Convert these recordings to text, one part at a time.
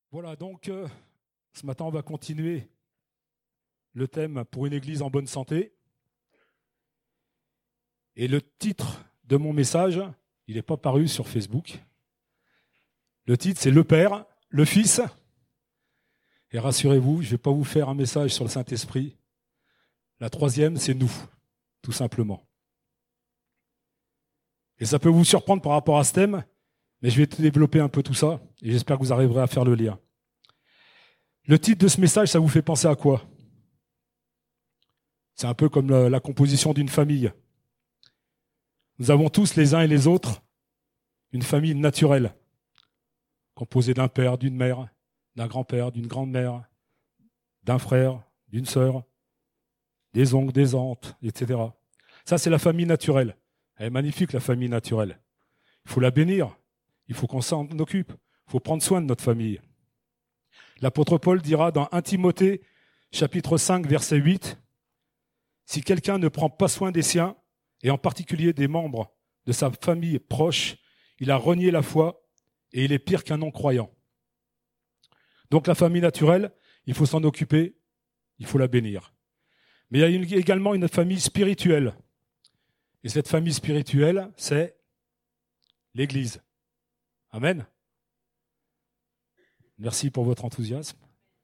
Voilà, donc ce matin, on va continuer le thème pour une église en bonne santé. Et le titre de mon message, il n'est pas paru sur Facebook. Le titre, c'est Le Père, le Fils. Et rassurez-vous, je ne vais pas vous faire un message sur le Saint-Esprit. La troisième, c'est nous, tout simplement. Et ça peut vous surprendre par rapport à ce thème, mais je vais développer un peu tout ça, et j'espère que vous arriverez à faire le lien. Le titre de ce message, ça vous fait penser à quoi? C'est un peu comme la composition d'une famille. Nous avons tous, les uns et les autres, une famille naturelle, composée d'un père, d'une mère, d'un grand-père, d'une grande-mère, d'un frère, d'une sœur, des oncles, des tantes, etc. Ça, c'est la famille naturelle. Elle est magnifique, la famille naturelle. Il faut la bénir, il faut qu'on s'en occupe, il faut prendre soin de notre famille. L'apôtre Paul dira dans 1 Timothée, chapitre 5, verset 8, « Si quelqu'un ne prend pas soin des siens, et en particulier des membres de sa famille proche, il a renié la foi et il est pire qu'un non-croyant. » Donc la famille naturelle, il faut s'en occuper, il faut la bénir. Mais il y a également une famille spirituelle. Et cette famille spirituelle, c'est l'Église. Amen. Merci pour votre enthousiasme.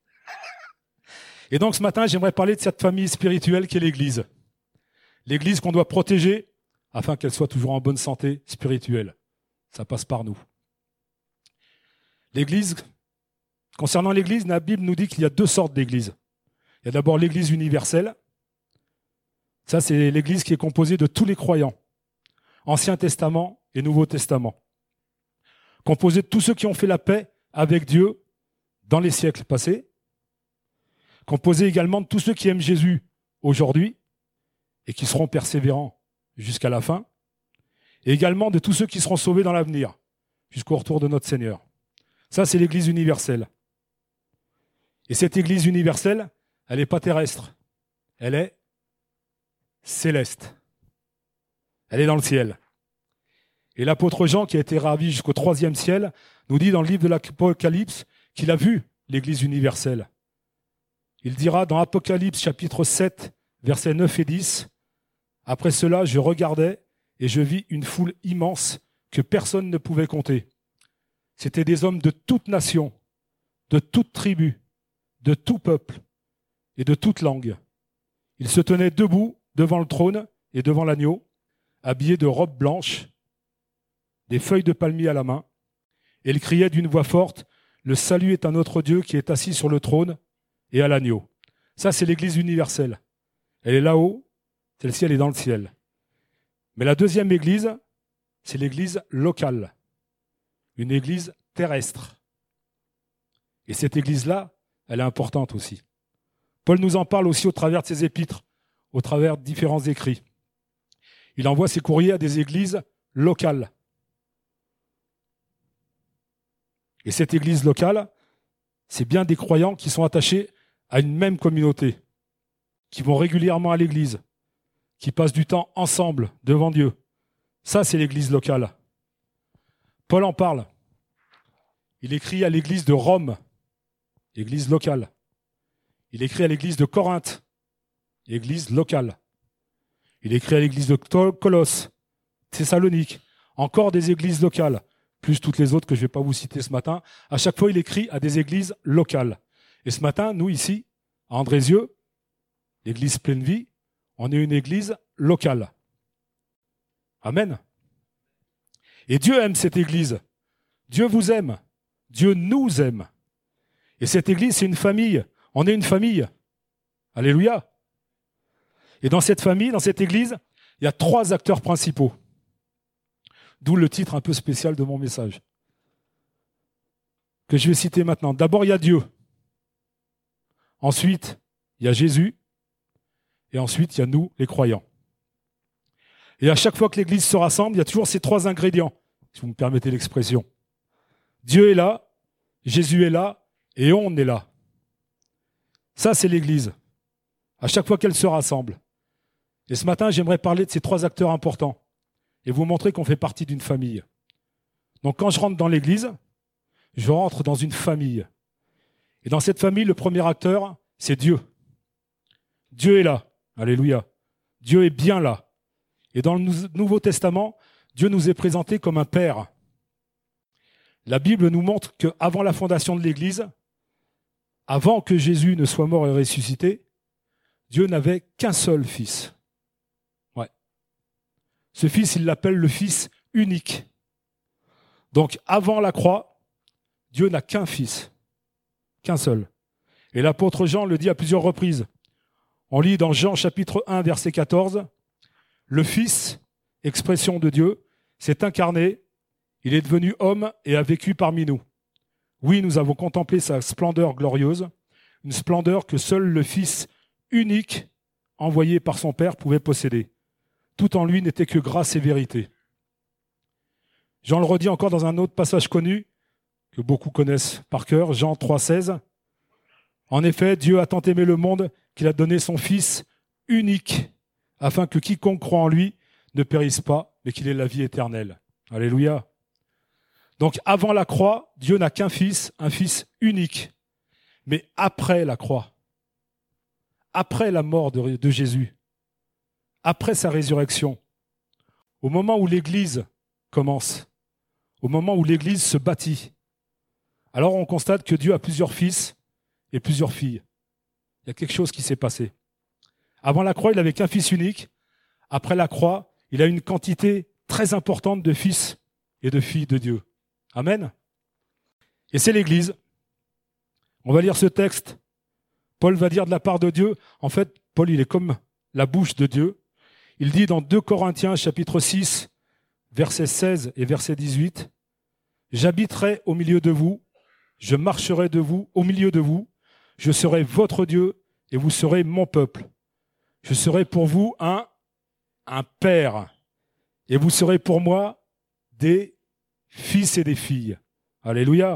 Et donc ce matin, j'aimerais parler de cette famille spirituelle qu'est l'Église. L'Église qu'on doit protéger afin qu'elle soit toujours en bonne santé spirituelle. Ça passe par nous. L'Église, concernant l'Église, la Bible nous dit qu'il y a deux sortes d'Églises. Il y a d'abord l'Église universelle. Ça, c'est l'Église qui est composée de tous les croyants, Ancien Testament et Nouveau Testament. Composée de tous ceux qui ont fait la paix avec Dieu dans les siècles passés. Composée également de tous ceux qui aiment Jésus aujourd'hui et qui seront persévérants jusqu'à la fin. Et également de tous ceux qui seront sauvés dans l'avenir, jusqu'au retour de notre Seigneur. Ça, c'est l'Église universelle. Et cette Église universelle, elle n'est pas terrestre. Elle est céleste. Elle est dans le ciel. Et l'apôtre Jean, qui a été ravi jusqu'au 3e ciel, nous dit dans le livre de l'Apocalypse qu'il a vu l'Église universelle. Il dira dans Apocalypse chapitre 7, versets 9 et 10, « Après cela, je regardais et je vis une foule immense que personne ne pouvait compter. C'étaient des hommes de toute nation, de toute tribu, de tout peuple et de toute langue. Ils se tenaient debout devant le trône et devant l'agneau, habillés de robes blanches, des feuilles de palmier à la main, et ils criaient d'une voix forte, « Le salut est à notre Dieu qui est assis sur le trône et à l'agneau. » Ça, c'est l'Église universelle. Elle est là-haut, celle-ci, elle est dans le ciel. Mais la deuxième Église, c'est l'Église locale, une Église terrestre. Et cette Église-là, elle est importante aussi. Paul nous en parle aussi au travers de ses épîtres, au travers de différents écrits. Il envoie ses courriers à des églises locales. Et cette église locale, c'est bien des croyants qui sont attachés à une même communauté, qui vont régulièrement à l'église, qui passent du temps ensemble devant Dieu. Ça, c'est l'église locale. Paul en parle. Il écrit à l'église de Rome, église locale. Il écrit à l'église de Corinthe, église locale. Il écrit à l'église de Colosse, Thessalonique, encore des églises locales, plus toutes les autres que je ne vais pas vous citer ce matin. À chaque fois, il écrit à des églises locales. Et ce matin, nous ici, à Andrézieux, l'église Pleine Vie, on est une église locale. Amen. Et Dieu aime cette église. Dieu vous aime. Dieu nous aime. Et cette église, c'est une famille. On est une famille. Alléluia. Et dans cette famille, dans cette église, il y a 3 acteurs principaux. D'où le titre un peu spécial de mon message, que je vais citer maintenant. D'abord, il y a Dieu. Ensuite, il y a Jésus. Et ensuite, il y a nous, les croyants. Et à chaque fois que l'église se rassemble, il y a toujours ces 3 ingrédients, si vous me permettez l'expression. Dieu est là, Jésus est là, et on est là. Ça, c'est l'église. À chaque fois qu'elle se rassemble. Et ce matin, j'aimerais parler de ces 3 acteurs importants et vous montrer qu'on fait partie d'une famille. Donc quand je rentre dans l'église, je rentre dans une famille. Et dans cette famille, le premier acteur, c'est Dieu. Dieu est là. Alléluia. Dieu est bien là. Et dans le Nouveau Testament, Dieu nous est présenté comme un père. La Bible nous montre qu'avant la fondation de l'Église, avant que Jésus ne soit mort et ressuscité, Dieu n'avait qu'un seul fils. Ouais. Ce fils, il l'appelle le fils unique. Donc, avant la croix, Dieu n'a qu'un fils, qu'un seul. Et l'apôtre Jean le dit à plusieurs reprises. On lit dans Jean chapitre 1, verset 14, « Le Fils, expression de Dieu, s'est incarné, il est devenu homme et a vécu parmi nous. Oui, nous avons contemplé sa splendeur glorieuse, une splendeur que seul le Fils unique, envoyé par son Père, pouvait posséder. Tout en lui n'était que grâce et vérité. » Jean le redit encore dans un autre passage connu, que beaucoup connaissent par cœur, Jean 3, 16. « En effet, Dieu a tant aimé le monde qu'il a donné son Fils unique, afin que quiconque croit en lui ne périsse pas, mais qu'il ait la vie éternelle. » Alléluia. Donc avant la croix, Dieu n'a qu'un fils, un fils unique. Mais après la croix, après la mort de Jésus, après sa résurrection, au moment où l'Église commence, au moment où l'Église se bâtit, alors on constate que Dieu a plusieurs fils et plusieurs filles. Il y a quelque chose qui s'est passé. Avant la croix, il n'avait qu'un fils unique. Après la croix, il a une quantité très importante de fils et de filles de Dieu. Amen. Et c'est l'Église. On va lire ce texte. Paul va dire de la part de Dieu. En fait, Paul, il est comme la bouche de Dieu. Il dit dans 2 Corinthiens, chapitre 6, versets 16 et verset 18, « J'habiterai au milieu de vous, je marcherai de vous, au milieu de vous, je serai votre Dieu et vous serez mon peuple. Je serai pour vous un père et vous serez pour moi des fils et des filles. » Alléluia.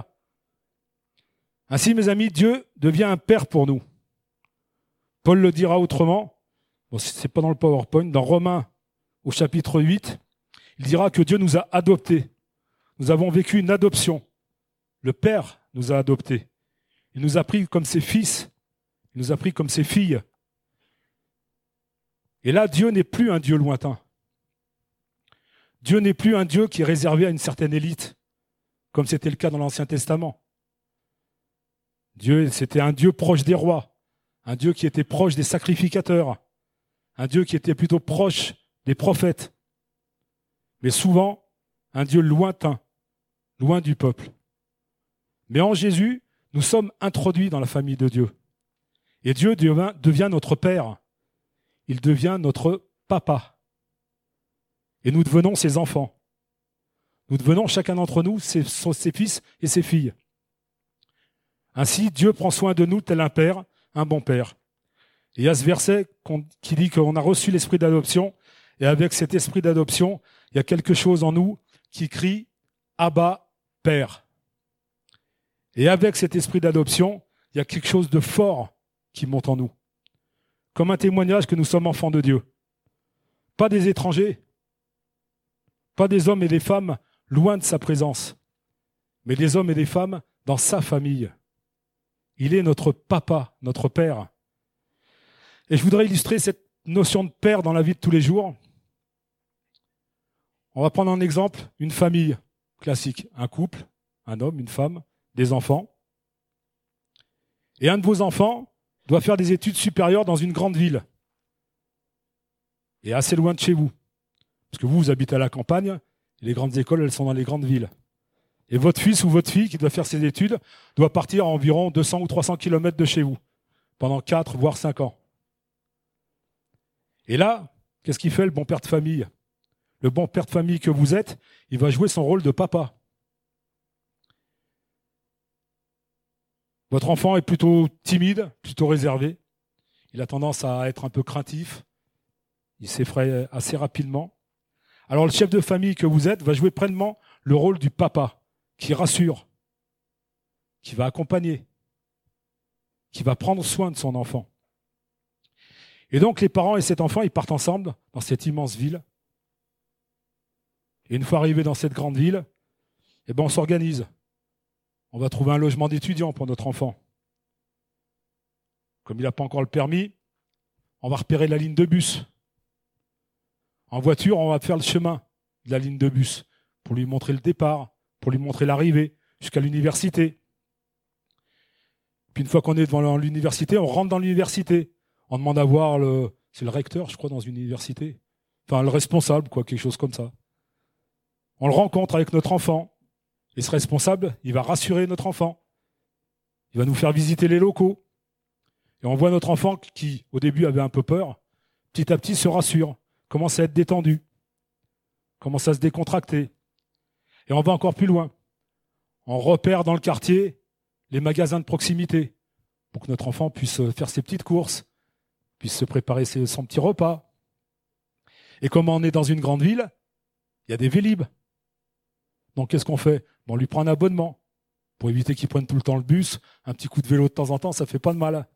Ainsi, mes amis, Dieu devient un père pour nous. Paul le dira autrement, bon, ce n'est pas dans le PowerPoint, dans Romains au chapitre 8, il dira que Dieu nous a adoptés. Nous avons vécu une adoption. Le Père nous a adoptés. Il nous a pris comme ses fils. Il nous a pris comme ses filles. Et là, Dieu n'est plus un Dieu lointain. Dieu n'est plus un Dieu qui est réservé à une certaine élite, comme c'était le cas dans l'Ancien Testament. Dieu, c'était un Dieu proche des rois, un Dieu qui était proche des sacrificateurs, un Dieu qui était plutôt proche des prophètes, mais souvent un Dieu lointain, loin du peuple. Mais en Jésus, nous sommes introduits dans la famille de Dieu. Et Dieu devient notre Père. Il devient notre Papa. Et nous devenons ses enfants. Nous devenons chacun d'entre nous ses fils et ses filles. Ainsi, Dieu prend soin de nous tel un père, un bon père. Et il y a ce verset qui dit qu'on a reçu l'esprit d'adoption, et avec cet esprit d'adoption, il y a quelque chose en nous qui crie « Abba, Père ». Et avec cet esprit d'adoption, il y a quelque chose de fort qui monte en nous, comme un témoignage que nous sommes enfants de Dieu. Pas des étrangers, pas des hommes et des femmes loin de sa présence, mais des hommes et des femmes dans sa famille. Il est notre papa, notre père. Et je voudrais illustrer cette notion de père dans la vie de tous les jours. On va prendre en exemple une famille classique, un couple, un homme, une femme, des enfants. Et un de vos enfants doit faire des études supérieures dans une grande ville. Et assez loin de chez vous. Parce que vous habitez à la campagne, et les grandes écoles, elles sont dans les grandes villes. Et votre fils ou votre fille qui doit faire ses études doit partir à environ 200 ou 300 kilomètres de chez vous, pendant 4 voire 5 ans. Et là, qu'est-ce qu'il fait le bon père de famille ? Le bon père de famille que vous êtes, il va jouer son rôle de papa. Votre enfant est plutôt timide, plutôt réservé. Il a tendance à être un peu craintif. Il s'effraie assez rapidement. Alors le chef de famille que vous êtes va jouer pleinement le rôle du papa, qui rassure, qui va accompagner, qui va prendre soin de son enfant. Et donc les parents et cet enfant, ils partent ensemble dans cette immense ville. Et une fois arrivés dans cette grande ville, on s'organise. On va trouver un logement d'étudiant pour notre enfant. Comme il n'a pas encore le permis, on va repérer la ligne de bus. En voiture, on va faire le chemin de la ligne de bus pour lui montrer le départ, pour lui montrer l'arrivée jusqu'à l'université. Puis une fois qu'on est devant l'université, on rentre dans l'université. On demande à voir c'est le recteur, je crois, dans une université. Enfin, le responsable, quoi, quelque chose comme ça. On le rencontre avec notre enfant. Et ce responsable, il va rassurer notre enfant. Il va nous faire visiter les locaux. Et on voit notre enfant qui, au début, avait un peu peur, petit à petit se rassure, commence à être détendu, commence à se décontracter. Et on va encore plus loin. On repère dans le quartier les magasins de proximité pour que notre enfant puisse faire ses petites courses, puisse se préparer son petit repas. Et comme on est dans une grande ville, il y a des Vélib. Donc qu'est-ce qu'on fait? On lui prend un abonnement pour éviter qu'il prenne tout le temps le bus. Un petit coup de vélo de temps en temps, ça ne fait pas de mal.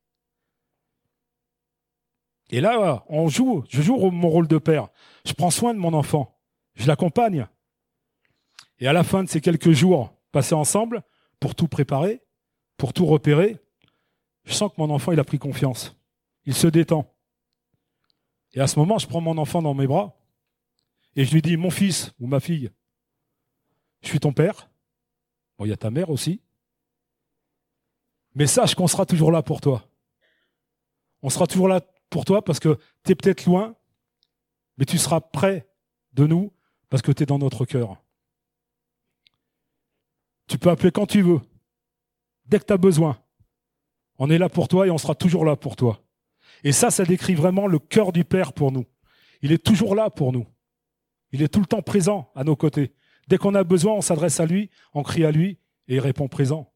Et là, je joue mon rôle de père. Je prends soin de mon enfant. Je l'accompagne. Et à la fin de ces quelques jours passés ensemble, pour tout préparer, pour tout repérer, je sens que mon enfant, il a pris confiance. Il se détend. Et à ce moment, je prends mon enfant dans mes bras et je lui dis, mon fils ou ma fille, je suis ton père. Bon, il y a ta mère aussi. Mais sache qu'on sera toujours là pour toi. On sera toujours là pour toi parce que tu es peut-être loin, mais tu seras près de nous parce que tu es dans notre cœur. Tu peux appeler quand tu veux, dès que tu as besoin. On est là pour toi et on sera toujours là pour toi. Et ça décrit vraiment le cœur du Père pour nous. Il est toujours là pour nous. Il est tout le temps présent à nos côtés. Dès qu'on a besoin, on s'adresse à lui, on crie à lui et il répond présent.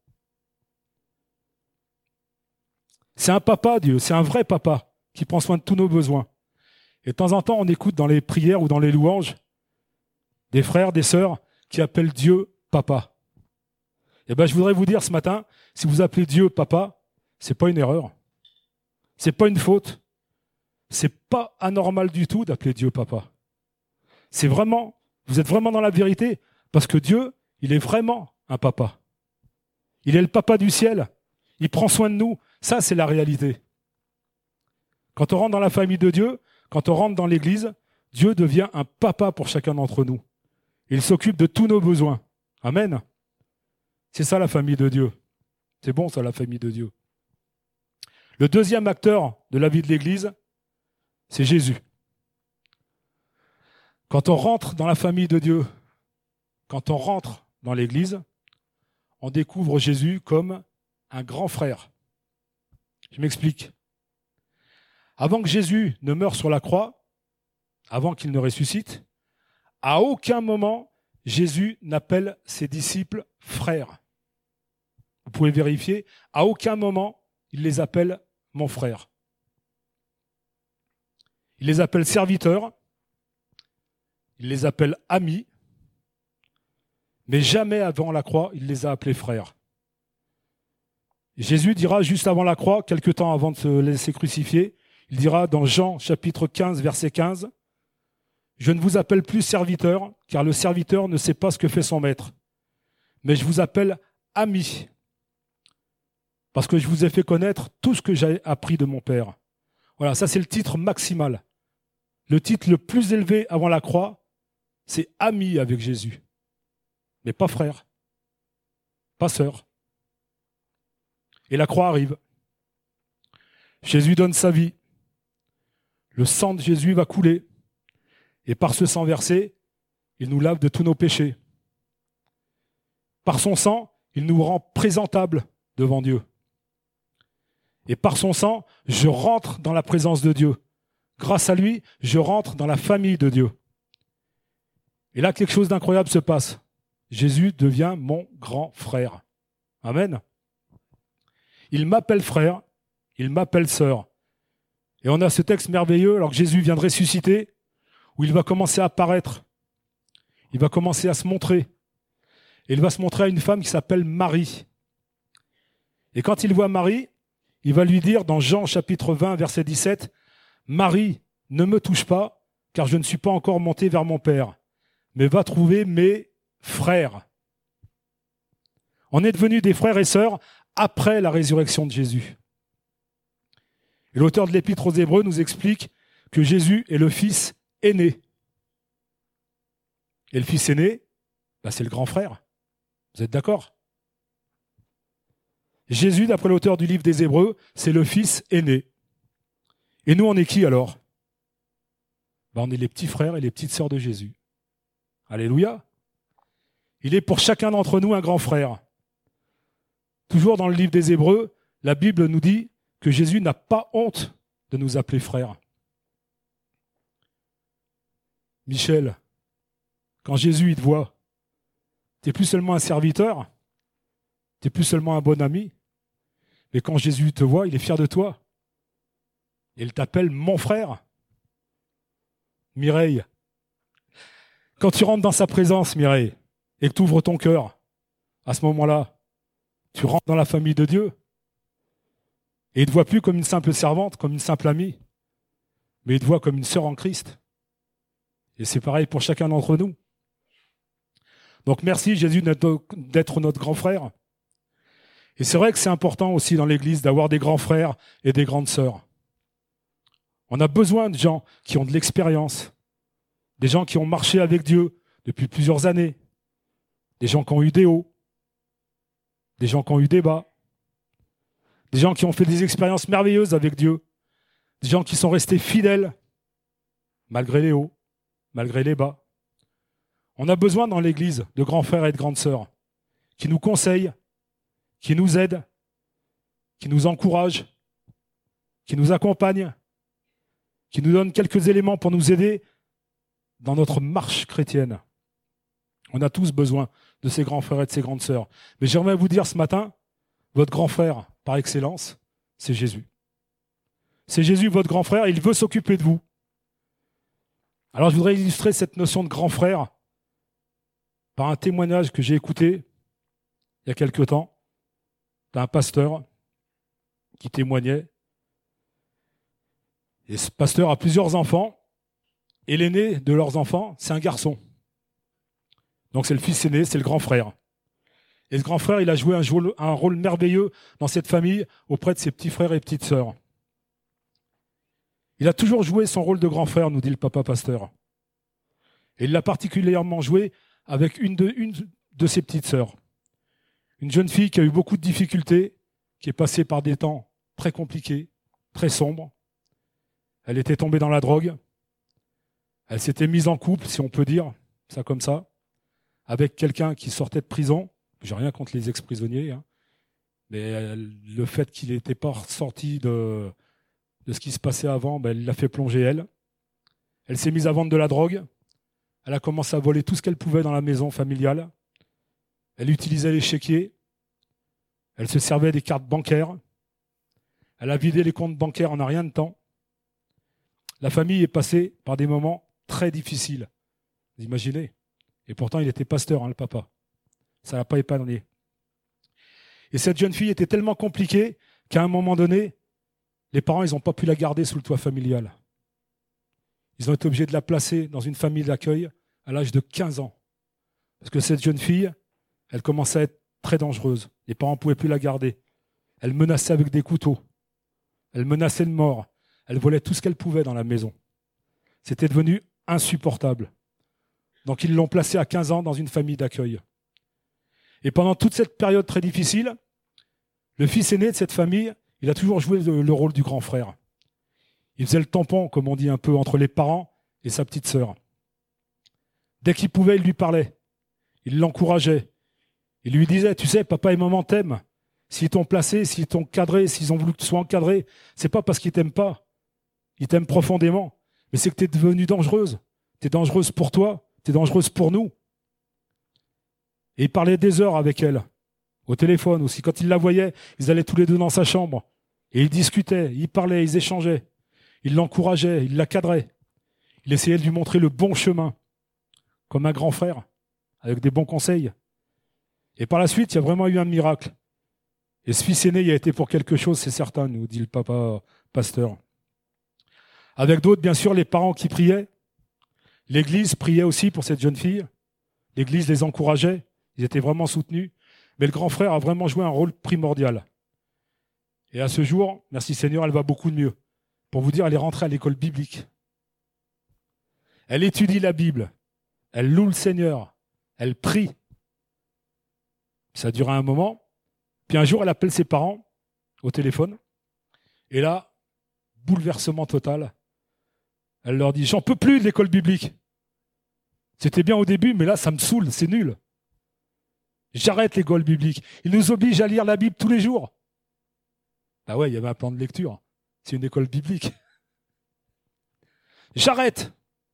C'est un papa, Dieu, c'est un vrai papa qui prend soin de tous nos besoins. Et de temps en temps, on écoute dans les prières ou dans les louanges des frères, des sœurs qui appellent Dieu papa. Eh bien, je voudrais vous dire ce matin, si vous appelez Dieu papa, c'est pas une erreur. C'est pas une faute. C'est pas anormal du tout d'appeler Dieu papa. C'est vraiment, vous êtes vraiment dans la vérité, parce que Dieu, il est vraiment un papa. Il est le papa du ciel. Il prend soin de nous. Ça, c'est la réalité. Quand on rentre dans la famille de Dieu, quand on rentre dans l'église, Dieu devient un papa pour chacun d'entre nous. Il s'occupe de tous nos besoins. Amen. C'est ça la famille de Dieu. C'est bon ça, la famille de Dieu. Le deuxième acteur de la vie de l'église, c'est Jésus. Quand on rentre dans la famille de Dieu, quand on rentre dans l'église, on découvre Jésus comme un grand frère. Je m'explique. Avant que Jésus ne meure sur la croix, avant qu'il ne ressuscite, à aucun moment Jésus n'appelle ses disciples frères. Vous pouvez vérifier, à aucun moment il les appelle mon frère. Il les appelle serviteurs, il les appelle amis, mais jamais avant la croix il les a appelés frères. Jésus dira juste avant la croix, quelque temps avant de se laisser crucifier, il dira dans Jean chapitre 15, verset 15, « Je ne vous appelle plus serviteur, car le serviteur ne sait pas ce que fait son maître. Mais je vous appelle ami, parce que je vous ai fait connaître tout ce que j'ai appris de mon Père. » Voilà, ça c'est le titre maximal. Le titre le plus élevé avant la croix, c'est ami avec Jésus. Mais pas frère, pas sœur. Et la croix arrive. Jésus donne sa vie. Le sang de Jésus va couler. Et par ce sang versé, il nous lave de tous nos péchés. Par son sang, il nous rend présentables devant Dieu. Et par son sang, je rentre dans la présence de Dieu. Grâce à lui, je rentre dans la famille de Dieu. Et là, quelque chose d'incroyable se passe. Jésus devient mon grand frère. Amen. Il m'appelle frère, il m'appelle sœur. Et on a ce texte merveilleux, alors que Jésus vient de ressusciter, où il va commencer à apparaître. Il va commencer à se montrer. Et il va se montrer à une femme qui s'appelle Marie. Et quand il voit Marie, il va lui dire dans Jean chapitre 20, verset 17, « Marie, ne me touche pas, car je ne suis pas encore monté vers mon Père, mais va trouver mes frères. » On est devenus des frères et sœurs après la résurrection de Jésus. Et l'auteur de l'Épître aux Hébreux nous explique que Jésus est le fils aîné. Et le fils aîné, c'est le grand frère. Vous êtes d'accord? Jésus, d'après l'auteur du livre des Hébreux, c'est le fils aîné. Et nous, on est qui alors? On est les petits frères et les petites sœurs de Jésus. Alléluia. Il est pour chacun d'entre nous un grand frère. Toujours dans le livre des Hébreux, la Bible nous dit que Jésus n'a pas honte de nous appeler frères. Michel, quand Jésus il te voit, tu n'es plus seulement un serviteur, tu n'es plus seulement un bon ami, mais quand Jésus te voit, il est fier de toi. Et il t'appelle mon frère. Mireille, quand tu rentres dans sa présence, Mireille, et que tu ouvres ton cœur, à ce moment-là, tu rentres dans la famille de Dieu. Et il ne te voit plus comme une simple servante, comme une simple amie, mais il te voit comme une sœur en Christ. Et c'est pareil pour chacun d'entre nous. Donc merci Jésus d'être notre grand frère. Et c'est vrai que c'est important aussi dans l'Église d'avoir des grands frères et des grandes sœurs. On a besoin de gens qui ont de l'expérience, des gens qui ont marché avec Dieu depuis plusieurs années, des gens qui ont eu des hauts, des gens qui ont eu des bas, des gens qui ont fait des expériences merveilleuses avec Dieu, des gens qui sont restés fidèles malgré les hauts, malgré les bas. On a besoin dans l'Église de grands frères et de grandes sœurs qui nous conseillent, qui nous aident, qui nous encouragent, qui nous accompagnent, qui nous donnent quelques éléments pour nous aider dans notre marche chrétienne. On a tous besoin de ces grands frères et de ces grandes sœurs. Mais j'aimerais vous dire ce matin, votre grand frère par excellence, c'est Jésus. C'est Jésus, votre grand frère, et il veut s'occuper de vous. Alors je voudrais illustrer cette notion de grand frère par un témoignage que j'ai écouté il y a quelque temps d'un pasteur qui témoignait. Et ce pasteur a plusieurs enfants, et l'aîné de leurs enfants, c'est un garçon. Donc c'est le fils aîné, c'est le grand frère. Et ce grand frère, il a joué un rôle merveilleux dans cette famille auprès de ses petits frères et petites sœurs. Il a toujours joué son rôle de grand frère, nous dit le papa pasteur. Et il l'a particulièrement joué avec une de ses petites sœurs. Une jeune fille qui a eu beaucoup de difficultés, qui est passée par des temps très compliqués, très sombres. Elle était tombée dans la drogue. Elle s'était mise en couple, si on peut dire ça comme ça, avec quelqu'un qui sortait de prison. J'ai rien contre les ex-prisonniers, mais le fait qu'il n'était pas ressorti de ce qui se passait avant, elle l'a fait plonger elle. Elle s'est mise à vendre de la drogue. Elle a commencé à voler tout ce qu'elle pouvait dans la maison familiale. Elle utilisait les chéquiers. Elle se servait des cartes bancaires. Elle a vidé les comptes bancaires en un rien de temps. La famille est passée par des moments très difficiles. Vous imaginez? Et pourtant, il était pasteur, le papa. Ça ne l'a pas épargné. Et cette jeune fille était tellement compliquée qu'à un moment donné, les parents, ils n'ont pas pu la garder sous le toit familial. Ils ont été obligés de la placer dans une famille d'accueil à l'âge de 15 ans. Parce que cette jeune fille, elle commençait à être très dangereuse. Les parents ne pouvaient plus la garder. Elle menaçait avec des couteaux. Elle menaçait de mort. Elle volait tout ce qu'elle pouvait dans la maison. C'était devenu insupportable. Donc ils l'ont placée à 15 ans dans une famille d'accueil. Et pendant toute cette période très difficile, le fils aîné de cette famille, il a toujours joué le rôle du grand frère. Il faisait le tampon, comme on dit un peu, entre les parents et sa petite sœur. Dès qu'il pouvait, il lui parlait. Il l'encourageait. Il lui disait, tu sais, papa et maman t'aiment. S'ils t'ont placé, s'ils t'ont cadré, s'ils ont voulu que tu sois encadré, c'est pas parce qu'ils t'aiment pas. Ils t'aiment profondément. Mais c'est que tu es devenue dangereuse. Tu es dangereuse pour toi, tu es dangereuse pour nous. Et il parlait des heures avec elle, au téléphone aussi. Quand il la voyait, ils allaient tous les deux dans sa chambre. Et ils discutaient, ils parlaient, ils échangeaient. Il l'encourageait, il la cadrait. Il essayait de lui montrer le bon chemin, comme un grand frère, avec des bons conseils. Et par la suite, il y a vraiment eu un miracle. Et ce fils aîné, il a été pour quelque chose, c'est certain, nous dit le papa pasteur. Avec d'autres, bien sûr, les parents qui priaient. L'Église priait aussi pour cette jeune fille. L'Église les encourageait. Ils étaient vraiment soutenus. Mais le grand frère a vraiment joué un rôle primordial. Et à ce jour, merci Seigneur, elle va beaucoup mieux. pour vous dire, elle est rentrée à l'école biblique. Elle étudie la Bible. Elle loue le Seigneur. Elle prie. Ça a duré un moment. Puis un jour, elle appelle ses parents au téléphone. Et là, bouleversement total. Elle leur dit, j'en peux plus de l'école biblique. C'était bien au début, mais là, ça me saoule, c'est nul. J'arrête l'école biblique. Ils nous obligent à lire la Bible tous les jours. Ah ouais, il y avait un plan de lecture. C'est une école biblique. J'arrête.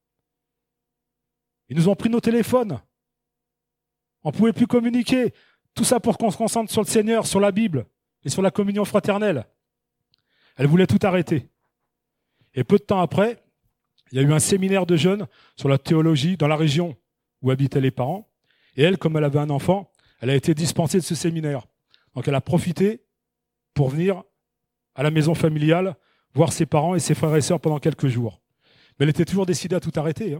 Ils nous ont pris nos téléphones. On ne pouvait plus communiquer. Tout ça pour qu'on se concentre sur le Seigneur, sur la Bible et sur la communion fraternelle. Elle voulait tout arrêter. Et peu de temps après, il y a eu un séminaire de jeunes sur la théologie dans la région où habitaient les parents. Et elle, comme elle avait un enfant, elle a été dispensée de ce séminaire. Donc elle a profité pour venir à la maison familiale, voir ses parents et ses frères et sœurs pendant quelques jours. Mais elle était toujours décidée à tout arrêter.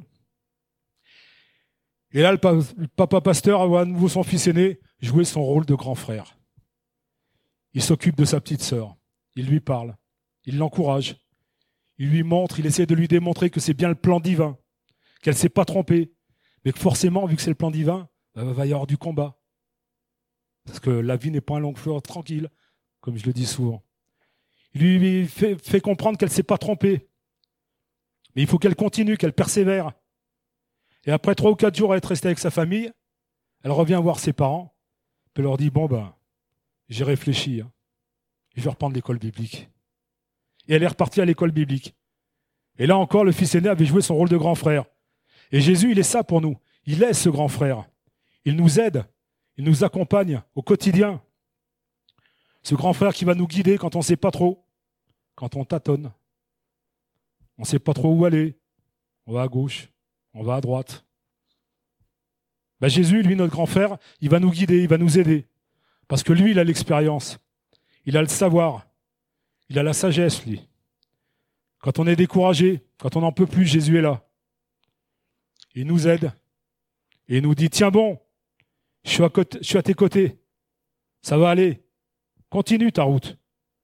Et là, le papa pasteur voit à nouveau son fils aîné jouer son rôle de grand frère. Il s'occupe de sa petite sœur. Il lui parle. Il l'encourage. Il lui montre, il essaie de lui démontrer que c'est bien le plan divin, qu'elle ne s'est pas trompée, mais que forcément, vu que c'est le plan divin, il va y avoir du combat. Parce que la vie n'est pas un long fleuve tranquille, comme je le dis souvent. Il lui fait comprendre qu'elle ne s'est pas trompée. Mais il faut qu'elle continue, qu'elle persévère. Et après 3 ou 4 jours à être restée avec sa famille, elle revient voir ses parents, puis elle leur dit, j'ai réfléchi, je vais reprendre l'école biblique. Et elle est repartie à l'école biblique. Et là encore, le fils aîné avait joué son rôle de grand frère. Et Jésus, il est ça pour nous. Il est ce grand frère. Il nous aide, il nous accompagne au quotidien. Ce grand frère qui va nous guider quand on ne sait pas trop, quand on tâtonne. On ne sait pas trop où aller. On va à gauche, on va à droite. Jésus, lui, notre grand frère, il va nous guider, il va nous aider. Parce que lui, il a l'expérience. Il a le savoir. Il a la sagesse, lui. Quand on est découragé, quand on n'en peut plus, Jésus est là. Il nous aide. Et il nous dit, tiens bon, je suis à tes côtés. Ça va aller. Continue ta route.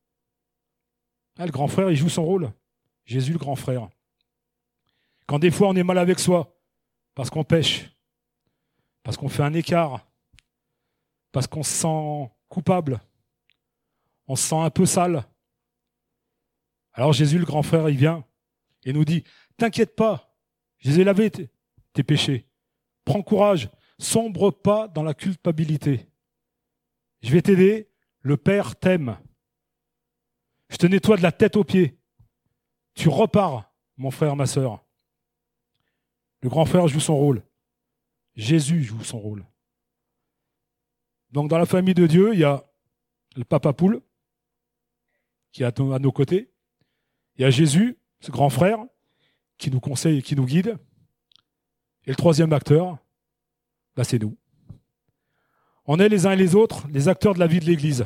Le grand frère, il joue son rôle. Jésus, le grand frère. Quand des fois on est mal avec soi, parce qu'on pêche, parce qu'on fait un écart, parce qu'on se sent coupable, on se sent un peu sale. Alors Jésus, le grand frère, il vient et nous dit, t'inquiète pas, je les ai lavés tes péchés. Prends courage, sombre pas dans la culpabilité. Je vais t'aider, le Père t'aime. Je te nettoie de la tête aux pieds. Tu repars, mon frère, ma sœur. Le grand frère joue son rôle. Jésus joue son rôle. Donc dans la famille de Dieu, il y a le papa poule qui est à nos côtés. Il y a Jésus, ce grand frère, qui nous conseille et qui nous guide. Et le troisième acteur, c'est nous. On est les uns et les autres les acteurs de la vie de l'Église.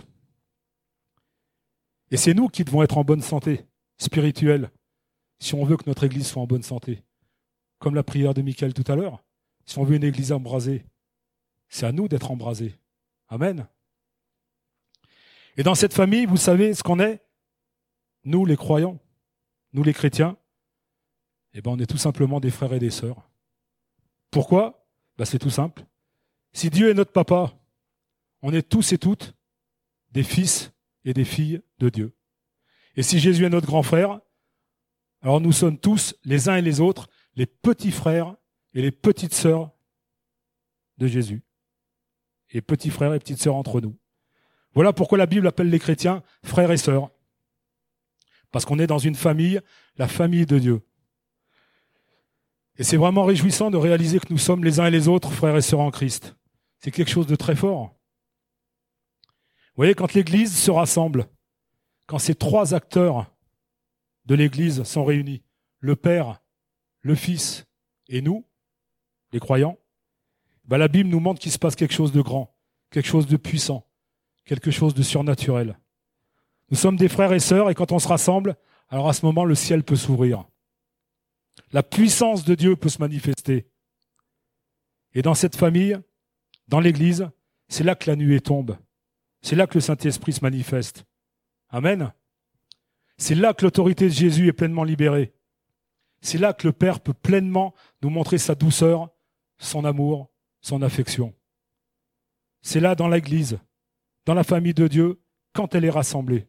Et c'est nous qui devons être en bonne santé spirituelle, si on veut que notre Église soit en bonne santé. Comme la prière de Michael tout à l'heure, si on veut une Église embrasée, c'est à nous d'être embrasés. Amen. Et dans cette famille, vous savez ce qu'on est? Nous, les croyants, nous, les chrétiens, on est tout simplement des frères et des sœurs. Pourquoi? C'est tout simple. Si Dieu est notre papa, on est tous et toutes des fils et des filles de Dieu. Et si Jésus est notre grand frère, alors nous sommes tous, les uns et les autres, les petits frères et les petites sœurs de Jésus. Et petits frères et petites sœurs entre nous. Voilà pourquoi la Bible appelle les chrétiens frères et sœurs. Parce qu'on est dans une famille, la famille de Dieu. Et c'est vraiment réjouissant de réaliser que nous sommes les uns et les autres frères et sœurs en Christ. C'est quelque chose de très fort. Vous voyez, quand l'Église se rassemble, quand ces 3 acteurs de l'Église sont réunis, le Père, le Fils et nous, les croyants, la Bible nous montre qu'il se passe quelque chose de grand, quelque chose de puissant, quelque chose de surnaturel. Nous sommes des frères et sœurs et quand on se rassemble, alors à ce moment, le ciel peut s'ouvrir. La puissance de Dieu peut se manifester. Et dans cette famille, dans l'Église, c'est là que la nuée tombe. C'est là que le Saint-Esprit se manifeste. Amen. C'est là que l'autorité de Jésus est pleinement libérée. C'est là que le Père peut pleinement nous montrer sa douceur, son amour, son affection. C'est là dans l'Église, dans la famille de Dieu, quand elle est rassemblée.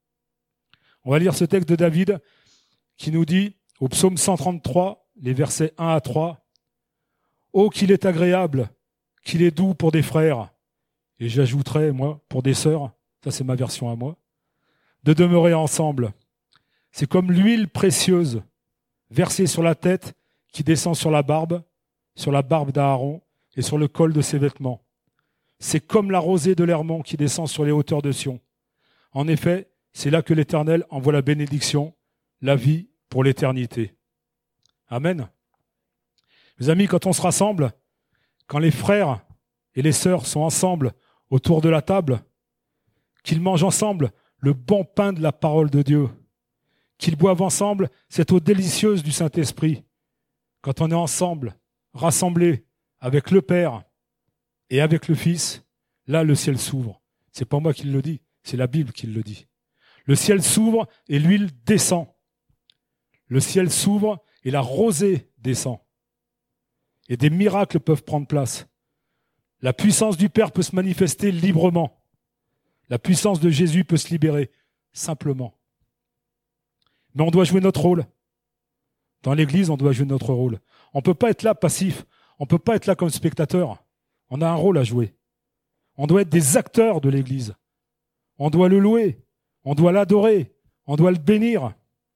On va lire ce texte de David qui nous dit, au psaume 133, les versets 1 à 3, « Oh, qu'il est agréable, qu'il est doux pour des frères, et j'ajouterai, moi, pour des sœurs, ça c'est ma version à moi, de demeurer ensemble. C'est comme l'huile précieuse versée sur la tête qui descend sur la barbe d'Aaron et sur le col de ses vêtements. C'est comme la rosée de l'Hermon qui descend sur les hauteurs de Sion. En effet, c'est là que l'Éternel envoie la bénédiction, la vie pour l'éternité. » Amen. Mes amis, quand on se rassemble, quand les frères et les sœurs sont ensemble autour de la table, qu'ils mangent ensemble le bon pain de la parole de Dieu, qu'ils boivent ensemble cette eau délicieuse du Saint-Esprit, quand on est ensemble, rassemblés avec le Père et avec le Fils, là le ciel s'ouvre. C'est pas moi qui le dis, c'est la Bible qui le dit. Le ciel s'ouvre et l'huile descend. Le ciel s'ouvre et la rosée descend. Et des miracles peuvent prendre place. La puissance du Père peut se manifester librement. La puissance de Jésus peut se libérer simplement. Mais on doit jouer notre rôle. Dans l'Église, on doit jouer notre rôle. On ne peut pas être là passif. On ne peut pas être là comme spectateur. On a un rôle à jouer. On doit être des acteurs de l'Église. On doit le louer. On doit l'adorer. On doit le bénir.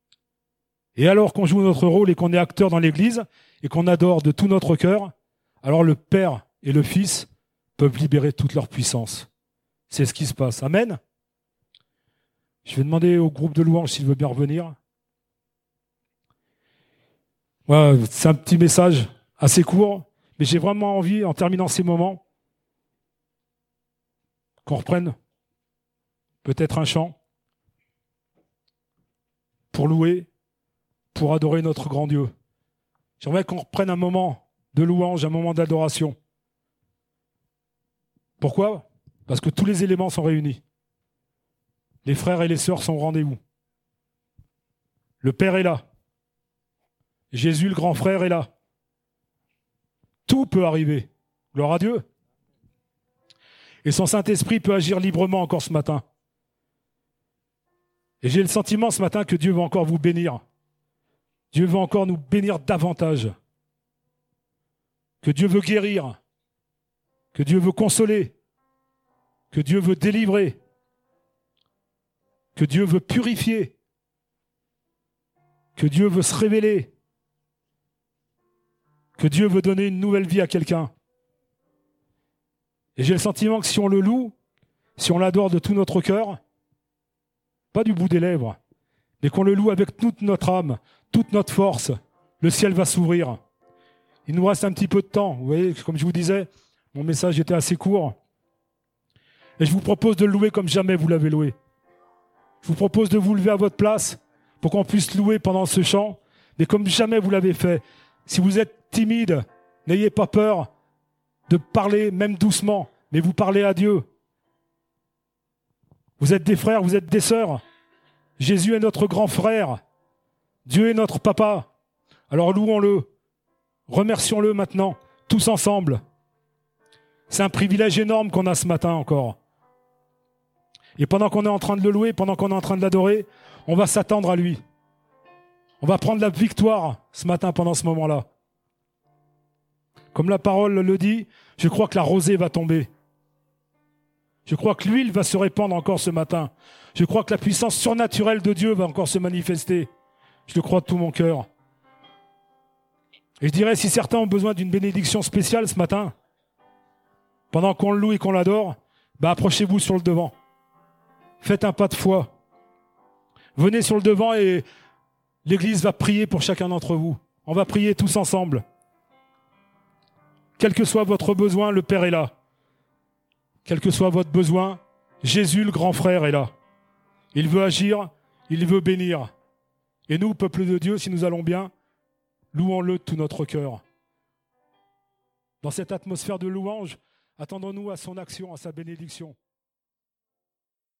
Et alors qu'on joue notre rôle et qu'on est acteur dans l'Église et qu'on adore de tout notre cœur, alors le Père et le Fils peuvent libérer toute leur puissance. C'est ce qui se passe. Amen. Je vais demander au groupe de louanges s'il veut bien revenir. Voilà, c'est un petit message assez court, mais j'ai vraiment envie, en terminant ces moments, qu'on reprenne peut-être un chant pour louer, pour adorer notre grand Dieu. J'aimerais qu'on reprenne un moment de louange, un moment d'adoration. Pourquoi ? Parce que tous les éléments sont réunis. Les frères et les sœurs sont au rendez-vous. Le Père est là. Jésus, le grand frère, est là. Tout peut arriver. Gloire à Dieu. Et son Saint-Esprit peut agir librement encore ce matin. Et j'ai le sentiment ce matin que Dieu va encore vous bénir. Dieu veut encore nous bénir davantage. Que Dieu veut guérir. Que Dieu veut consoler. Que Dieu veut délivrer. Que Dieu veut purifier. Que Dieu veut se révéler. Que Dieu veut donner une nouvelle vie à quelqu'un. Et j'ai le sentiment que si on le loue, si on l'adore de tout notre cœur, pas du bout des lèvres, mais qu'on le loue avec toute notre âme, toute notre force, le ciel va s'ouvrir. Il nous reste un petit peu de temps. Vous voyez, comme je vous disais, mon message était assez court. Et je vous propose de le louer comme jamais vous l'avez loué. Je vous propose de vous lever à votre place pour qu'on puisse louer pendant ce chant, mais comme jamais vous l'avez fait. Si vous êtes timide, n'ayez pas peur de parler, même doucement, mais vous parlez à Dieu. Vous êtes des frères, vous êtes des sœurs. Jésus est notre grand frère. Dieu est notre papa. Alors louons-le. Remercions-le maintenant, tous ensemble. C'est un privilège énorme qu'on a ce matin encore. Et pendant qu'on est en train de le louer, pendant qu'on est en train de l'adorer, on va s'attendre à lui. On va prendre la victoire ce matin pendant ce moment-là. Comme la parole le dit, je crois que la rosée va tomber. Je crois que l'huile va se répandre encore ce matin. Je crois que la puissance surnaturelle de Dieu va encore se manifester. Je le crois de tout mon cœur. Et je dirais, si certains ont besoin d'une bénédiction spéciale ce matin, pendant qu'on le loue et qu'on l'adore, approchez-vous sur le devant. Faites un pas de foi. Venez sur le devant et l'Église va prier pour chacun d'entre vous. On va prier tous ensemble. Quel que soit votre besoin, le Père est là. Quel que soit votre besoin, Jésus, le grand frère, est là. Il veut agir, il veut bénir. Et nous, peuple de Dieu, si nous allons bien, louons-le de tout notre cœur. Dans cette atmosphère de louange, attendons-nous à son action, à sa bénédiction.